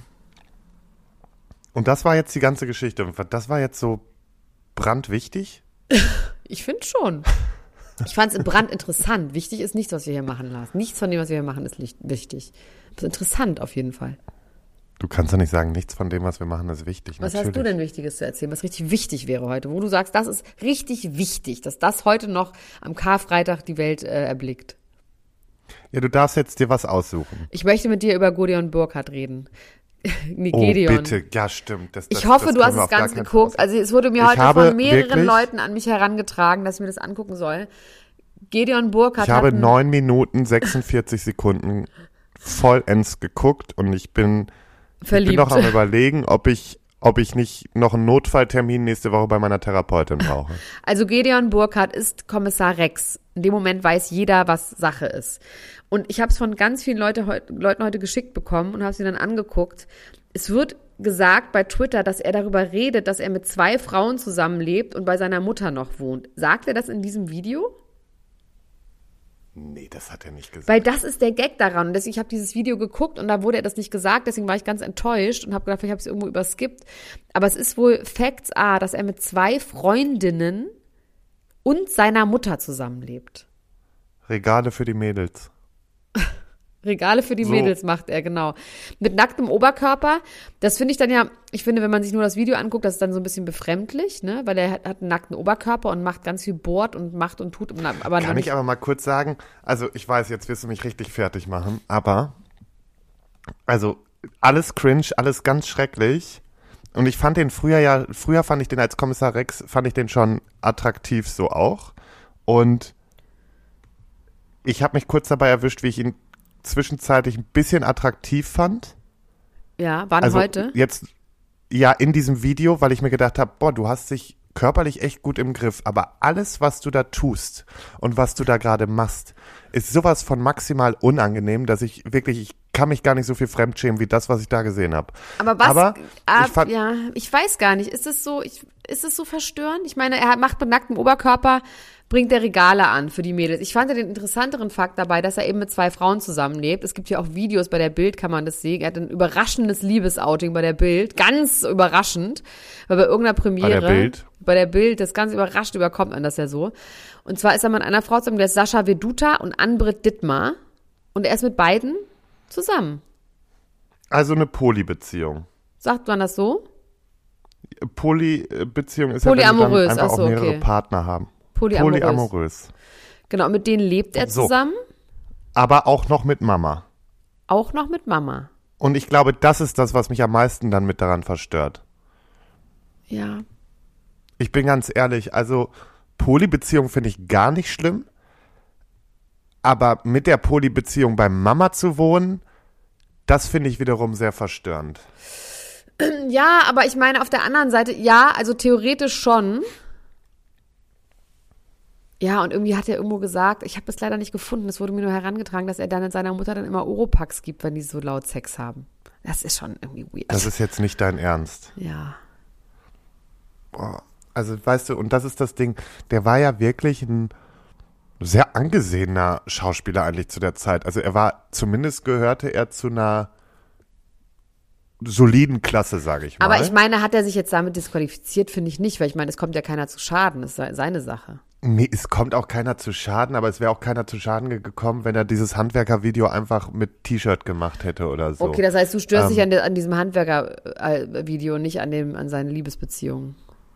das war jetzt die ganze Geschichte. Und das war jetzt so brandwichtig? Ich finde schon. Ich fand es brandinteressant. Wichtig ist nichts, was wir hier machen, Lars. Nichts von dem, was wir hier machen, ist wichtig. Das ist interessant auf jeden Fall. Du kannst doch nicht sagen, nichts von dem, was wir machen, ist wichtig. Was Natürlich. hast du denn Wichtiges zu erzählen, was richtig wichtig wäre heute? Wo du sagst, das ist richtig wichtig, dass das heute noch am Karfreitag die Welt erblickt. Ja, du darfst jetzt dir was aussuchen. Ich möchte mit dir über Gideon Burkhardt reden. Nee, Oh, Gideon. bitte. Ja, stimmt. Ich hoffe, du können hast wir es auf gar ganz keinen geguckt. Fall Also es wurde mir Ich heute habe von mehreren wirklich- Leuten an mich herangetragen, dass ich mir das angucken soll. Gideon Burkhardt Ich habe hat 9 Minuten 46 Sekunden vollends geguckt und ich bin verliebt. noch am Überlegen, ob ich nicht noch einen Notfalltermin nächste Woche bei meiner Therapeutin brauche. Also Gideon Burkhardt ist Kommissar Rex. In dem Moment weiß jeder, was Sache ist. Und ich habe es von ganz vielen Leuten heute geschickt bekommen und habe es mir dann angeguckt. Es wird gesagt bei Twitter, dass er darüber redet, dass er mit 2 Frauen zusammenlebt und bei seiner Mutter noch wohnt. Sagt er das in diesem Video? Nee, das hat er nicht gesagt. Weil das ist der Gag daran. Und deswegen, ich habe dieses Video geguckt und da wurde er das nicht gesagt. Deswegen war ich ganz enttäuscht und habe gedacht, vielleicht habe ich es irgendwo überskippt. Aber es ist wohl Facts A, dass er mit 2 Freundinnen und seiner Mutter zusammenlebt. Regale für die Mädels. Regale für die Mädels macht er, genau. Mit nacktem Oberkörper. Das finde ich dann ja, ich finde, wenn man sich nur das Video anguckt, das ist dann so ein bisschen befremdlich, ne? Weil er hat einen nackten Oberkörper und macht ganz viel Bohrt und macht und tut. Aber kann ich aber mal kurz sagen, also ich weiß, jetzt wirst du mich richtig fertig machen, aber also alles cringe, alles ganz schrecklich. Und ich fand den früher fand ich den als Kommissar Rex, fand ich den schon attraktiv so auch. Und ich habe mich kurz dabei erwischt, wie ich ihn zwischenzeitlich ein bisschen attraktiv fand. Ja, wann also heute? Jetzt, ja, in diesem Video, weil ich mir gedacht habe, boah, du hast dich körperlich echt gut im Griff, aber alles, was du da tust und was du da gerade machst, ist sowas von maximal unangenehm, dass ich kann mich gar nicht so viel fremdschämen wie das, was ich da gesehen habe. Aber was, ich weiß gar nicht, ist es so verstörend? Ich meine, er macht mit nacktem Oberkörper, bringt er Regale an für die Mädels. Ich fand ja den interessanteren Fakt dabei, dass er eben mit 2 Frauen zusammenlebt. Es gibt ja auch Videos, bei der Bild kann man das sehen. Er hat ein überraschendes Liebesouting bei der Bild. Ganz überraschend. Weil bei irgendeiner Premiere. Bei der Bild, das ganz überrascht überkommt man das ja so. Und zwar ist er mit einer Frau zusammen, der ist Sascha Veduta und Ann-Britt Dittmar. Und er ist mit beiden zusammen. Also eine Polybeziehung. Sagt man das so? Polybeziehung ist polyamorös, ja, wenn die dann einfach auch mehrere Partner haben. Polyamorös. Genau, mit denen lebt er zusammen. Aber auch noch mit Mama. Auch noch mit Mama. Und ich glaube, das ist das, was mich am meisten dann mit daran verstört. Ja. Ich bin ganz ehrlich, also Polybeziehung finde ich gar nicht schlimm. Aber mit der Polybeziehung bei Mama zu wohnen, das finde ich wiederum sehr verstörend. Ja, aber ich meine auf der anderen Seite, ja, also theoretisch schon. Ja, und irgendwie hat er irgendwo gesagt, ich habe das leider nicht gefunden, es wurde mir nur herangetragen, dass er dann seiner Mutter dann immer Oropax gibt, wenn die so laut Sex haben. Das ist schon irgendwie weird. Das ist jetzt nicht dein Ernst. Ja. Boah, also weißt du, und das ist das Ding, der war ja wirklich ein sehr angesehener Schauspieler eigentlich zu der Zeit. Also gehörte er zu einer soliden Klasse, sage ich mal. Aber ich meine, hat er sich jetzt damit disqualifiziert, finde ich nicht, weil ich meine, es kommt ja keiner zu Schaden, das ist seine Sache. Nee, es kommt auch keiner zu Schaden, aber es wäre auch keiner zu Schaden gekommen, wenn er dieses Handwerker-Video einfach mit T-Shirt gemacht hätte oder so. Okay, das heißt, du störst dich an diesem Handwerker-Video, nicht an seinen Liebesbeziehungen.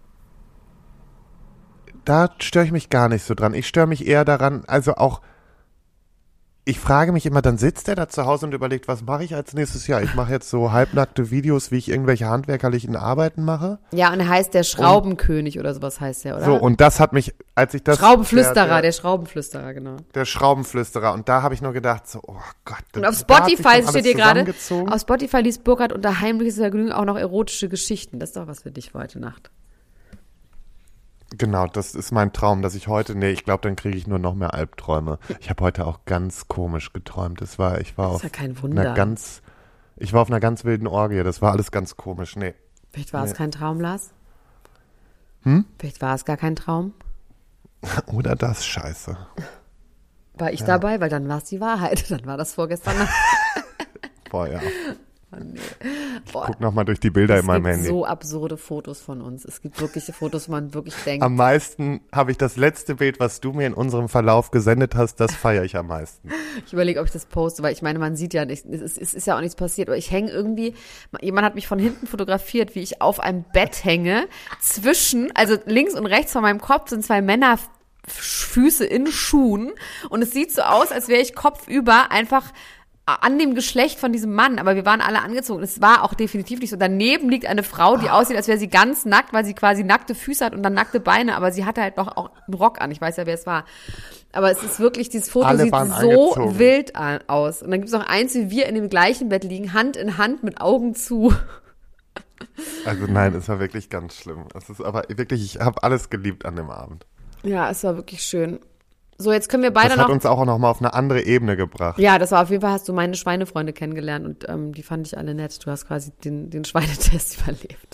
Da störe ich mich gar nicht so dran. Ich störe mich eher daran, also auch, ich frage mich immer, dann sitzt er da zu Hause und überlegt, was mache ich als nächstes Jahr? Ich mache jetzt so halbnackte Videos, wie ich irgendwelche handwerkerlichen Arbeiten mache. Ja, und er heißt der Schraubenkönig oder sowas heißt er, oder? So, und das hat mich, als ich das... Der Schraubenflüsterer, genau. Der Schraubenflüsterer. Und da habe ich nur gedacht, so, oh Gott. Und auf Spotify steht hier gerade, auf Spotify liest Burkhard unter heimliches Vergnügen auch noch erotische Geschichten. Das ist doch was für dich für heute Nacht. Genau, das ist mein Traum, dass ich heute, ich glaube, dann kriege ich nur noch mehr Albträume. Ich habe heute auch ganz komisch geträumt. Ich war auf einer ganz wilden Orgie. Das war alles ganz komisch. Vielleicht war es kein Traum, Lars? Vielleicht war es gar kein Traum? Oder das, scheiße. War ich dabei? Weil dann war es die Wahrheit. Dann war das vorgestern Nacht. Boah, ja. Oh, nee. Ich guck nochmal durch die Bilder in meinem Handy. Es gibt so absurde Fotos von uns. Es gibt wirkliche Fotos, wo man wirklich denkt. Am meisten habe ich das letzte Bild, was du mir in unserem Verlauf gesendet hast, das feiere ich am meisten. Ich überlege, ob ich das poste, weil ich meine, man sieht ja nicht, es ist ja auch nichts passiert, aber ich hänge irgendwie, jemand hat mich von hinten fotografiert, wie ich auf einem Bett hänge, also links und rechts von meinem Kopf sind 2 Männerfüße in Schuhen und es sieht so aus, als wäre ich kopfüber einfach an dem Geschlecht von diesem Mann, aber wir waren alle angezogen. Es war auch definitiv nicht so. Daneben liegt eine Frau, die aussieht, als wäre sie ganz nackt, weil sie quasi nackte Füße hat und dann nackte Beine, aber sie hatte halt noch auch einen Rock an. Ich weiß ja, wer es war. Aber es ist wirklich, dieses Foto alle sieht so angezogen. Wild aus. Und dann gibt es noch eins, wie wir in dem gleichen Bett liegen, Hand in Hand mit Augen zu. Also nein, es war wirklich ganz schlimm. Es ist aber wirklich, ich habe alles geliebt an dem Abend. Ja, es war wirklich schön. So, jetzt können wir beide das noch... hat uns auch noch mal auf eine andere Ebene gebracht. Ja, das war auf jeden Fall, hast du meine Schweinefreunde kennengelernt und die fand ich alle nett. Du hast quasi den Schweinetest überlebt.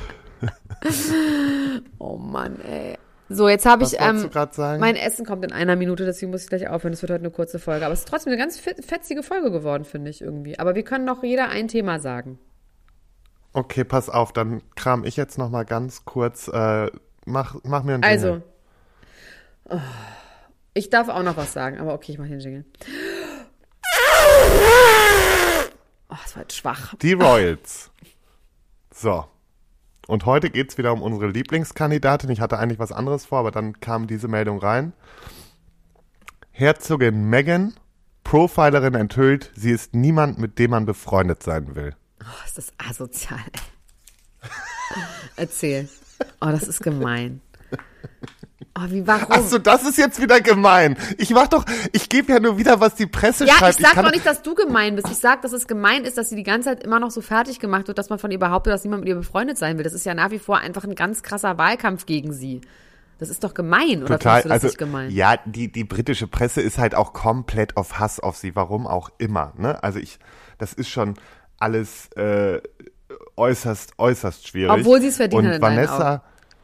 Oh Mann, ey. So, jetzt habe ich, Was wolltest du gerade sagen? mein Essen kommt in 1 Minute, deswegen muss ich gleich aufhören. Es wird heute eine kurze Folge. Aber es ist trotzdem eine ganz fetzige Folge geworden, finde ich irgendwie. Aber wir können noch jeder ein Thema sagen. Okay, pass auf, dann kram ich jetzt noch mal ganz kurz, mach mir einen Jingle. Also, ich darf auch noch was sagen, aber okay, ich mache den Jingle. Oh, das war jetzt schwach. Die Royals. So. Und heute geht's wieder um unsere Lieblingskandidatin. Ich hatte eigentlich was anderes vor, aber dann kam diese Meldung rein. Herzogin Meghan, Profilerin enthüllt, sie ist niemand, mit dem man befreundet sein will. Oh, ist das asozial, ey. Erzähl. Oh, das ist gemein. Oh, warum? Achso, das ist jetzt wieder gemein. Ich gebe ja nur wieder, was die Presse schreibt. Ich sag doch nicht, dass du gemein bist. Ich sag, dass es gemein ist, dass sie die ganze Zeit immer noch so fertig gemacht wird, dass man von ihr behauptet, dass niemand mit ihr befreundet sein will. Das ist ja nach wie vor einfach ein ganz krasser Wahlkampf gegen sie. Das ist doch gemein, oder total, findest du das nicht gemein? Ja, die britische Presse ist halt auch komplett auf Hass auf sie, warum auch immer. Ne? Also das ist schon alles äußerst schwierig. Obwohl sie es verdient hat und in deinen Vanessa,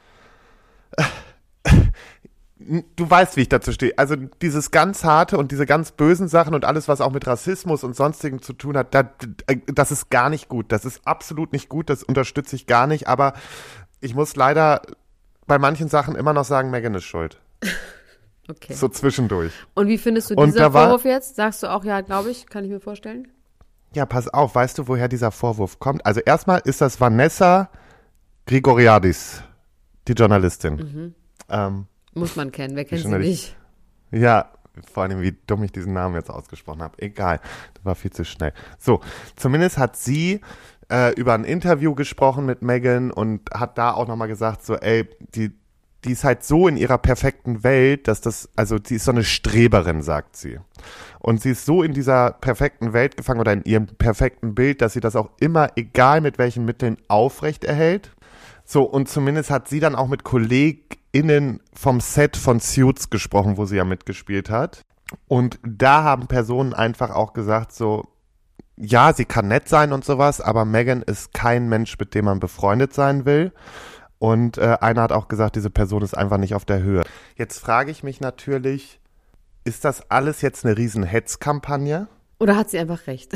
du weißt, wie ich dazu stehe. Also dieses ganz harte und diese ganz bösen Sachen und alles, was auch mit Rassismus und Sonstigem zu tun hat, das ist gar nicht gut. Das ist absolut nicht gut, das unterstütze ich gar nicht. Aber ich muss leider bei manchen Sachen immer noch sagen, Meghan ist schuld. Okay. So zwischendurch. Und wie findest du Und diesen Vorwurf jetzt? Sagst du auch, ja, glaube ich, kann ich mir vorstellen? Ja, pass auf, weißt du, woher dieser Vorwurf kommt? Also erstmal ist das Vanessa Grigoriadis, die Journalistin. Muss man kennen, wer kennt sie Journalist. nicht? Ja, vor allem, wie dumm ich diesen Namen jetzt ausgesprochen habe. Egal, das war viel zu schnell. So, zumindest hat sie über ein Interview gesprochen mit Meghan und hat da auch nochmal gesagt, so, ey, die ist halt so in ihrer perfekten Welt, sie ist so eine Streberin, sagt sie. Und sie ist so in dieser perfekten Welt gefangen oder in ihrem perfekten Bild, dass sie das auch immer, egal mit welchen Mitteln, aufrecht erhält. So, und zumindest hat sie dann auch mit KollegInnen vom Set von Suits gesprochen, wo sie ja mitgespielt hat. Und da haben Personen einfach auch gesagt, so, ja, sie kann nett sein und sowas, aber Meghan ist kein Mensch, mit dem man befreundet sein will. Und einer hat auch gesagt, diese Person ist einfach nicht auf der Höhe. Jetzt frage ich mich natürlich, ist das alles jetzt eine riesen Hetzkampagne? Oder hat sie einfach recht?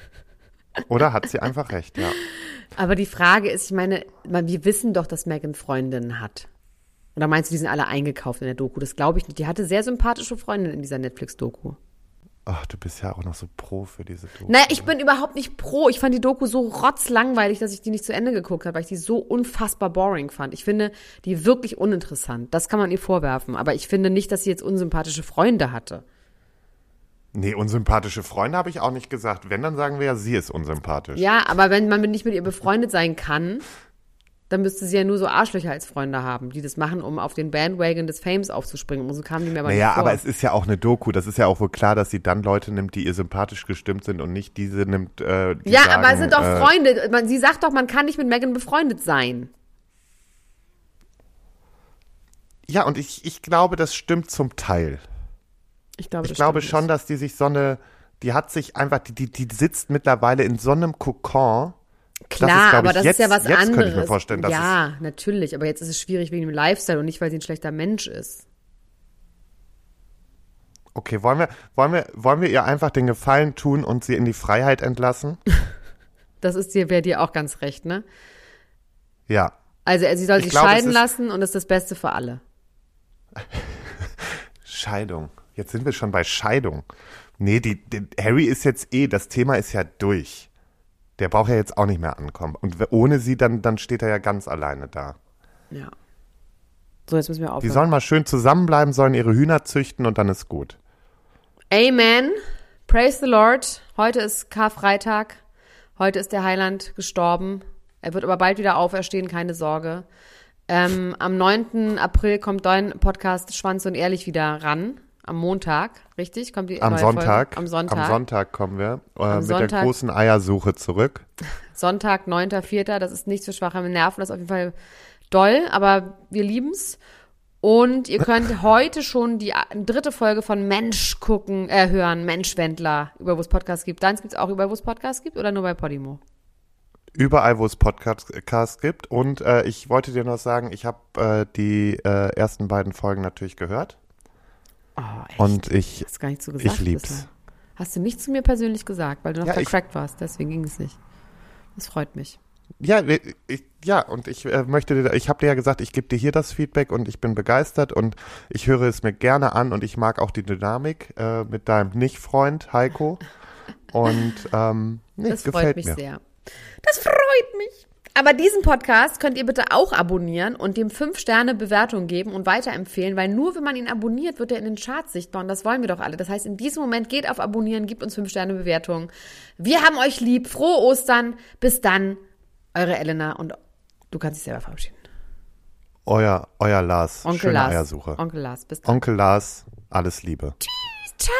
Oder hat sie einfach recht, ja. Aber die Frage ist, ich meine, wir wissen doch, dass Meghan Freundinnen hat. Oder meinst du, die sind alle eingekauft in der Doku? Das glaube ich nicht. Die hatte sehr sympathische Freundinnen in dieser Netflix-Doku. Ach, du bist ja auch noch so pro für diese Doku. Naja, ich bin überhaupt nicht pro. Ich fand die Doku so rotzlangweilig, dass ich die nicht zu Ende geguckt habe, weil ich die so unfassbar boring fand. Ich finde die wirklich uninteressant. Das kann man ihr vorwerfen. Aber ich finde nicht, dass sie jetzt unsympathische Freunde hatte. Nee, unsympathische Freunde habe ich auch nicht gesagt. Wenn, dann sagen wir ja, sie ist unsympathisch. Ja, aber wenn man nicht mit ihr befreundet sein kann, dann müsste sie ja nur so Arschlöcher als Freunde haben, die das machen, um auf den Bandwagon des Fames aufzuspringen. Und so kamen die mir aber nicht vor. Naja, aber es ist ja auch eine Doku. Das ist ja auch wohl klar, dass sie dann Leute nimmt, die ihr sympathisch gestimmt sind und nicht diese nimmt, die ja, sagen, aber es sind doch Freunde. Sie sagt doch, man kann nicht mit Meghan befreundet sein. Ja, und ich glaube, das stimmt zum Teil. Ich glaube schon, dass die sich die hat sich einfach, die sitzt mittlerweile in so einem Kokon. Klar, aber das ist ja was jetzt anderes. Könnte ich mir vorstellen, dass ja, natürlich, aber jetzt ist es schwierig wegen dem Lifestyle und nicht, weil sie ein schlechter Mensch ist. Okay, wollen wir ihr einfach den Gefallen tun und sie in die Freiheit entlassen? Wäre dir auch ganz recht, ne? Ja. Also sie soll sich scheiden lassen und das ist das Beste für alle. Scheidung. Jetzt sind wir schon bei Scheidung. Nee, Harry ist jetzt das Thema ist ja durch. Der braucht ja jetzt auch nicht mehr ankommen. Und ohne sie, dann steht er ja ganz alleine da. Ja. So, jetzt müssen wir aufhören. Die sollen mal schön zusammenbleiben, sollen ihre Hühner züchten und dann ist gut. Amen. Praise the Lord. Heute ist Karfreitag. Heute ist der Heiland gestorben. Er wird aber bald wieder auferstehen, keine Sorge. Am 9. April kommt dein Podcast Schwanz und Ehrlich wieder ran. Am Montag, richtig? Kommt die neue Folge? Am Sonntag. Am Sonntag kommen wir mit der großen Eiersuche zurück. Sonntag, 9.4. Das ist nicht so schwach am Nerven. Das ist auf jeden Fall doll, aber wir lieben's. Und ihr könnt heute schon die 3. Folge von Mensch hören, Menschwendler, überall wo es Podcasts gibt. Deins gibt es auch überall, wo es Podcasts gibt oder nur bei Podimo? Überall, wo es Podcasts gibt. Und ich wollte dir noch sagen, ich habe die ersten beiden Folgen natürlich gehört. Oh, echt? Und ich lieb's. Bislang. Hast du nicht zu mir persönlich gesagt, weil du noch vercrackt warst, deswegen ging es nicht. Das freut mich. Ja, und ich ich habe dir ja gesagt, ich gebe dir hier das Feedback und ich bin begeistert und ich höre es mir gerne an und ich mag auch die Dynamik mit deinem Nicht-Freund Heiko und das gefällt freut mich mir. sehr. Das freut mich. Aber diesen Podcast könnt ihr bitte auch abonnieren und dem 5-Sterne-Bewertung geben und weiterempfehlen, weil nur wenn man ihn abonniert, wird er in den Charts sichtbar und das wollen wir doch alle. Das heißt, in diesem Moment geht auf Abonnieren, gebt uns 5-Sterne-Bewertungen. Wir haben euch lieb. Frohe Ostern. Bis dann. Eure Elena und du kannst dich selber verabschieden. Euer Lars. Onkel Schöne Lars. Eiersuche. Onkel Lars, bis dann. Onkel Lars, alles Liebe. Tschüss, ciao.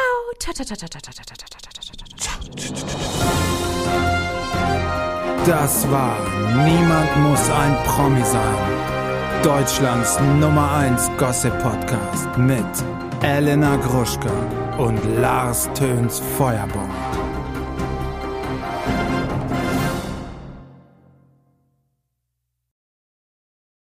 Das war Niemand muss ein Promi sein. Deutschlands Nummer 1 Gossip-Podcast mit Elena Gruschka und Lars Töns Feuerbomb.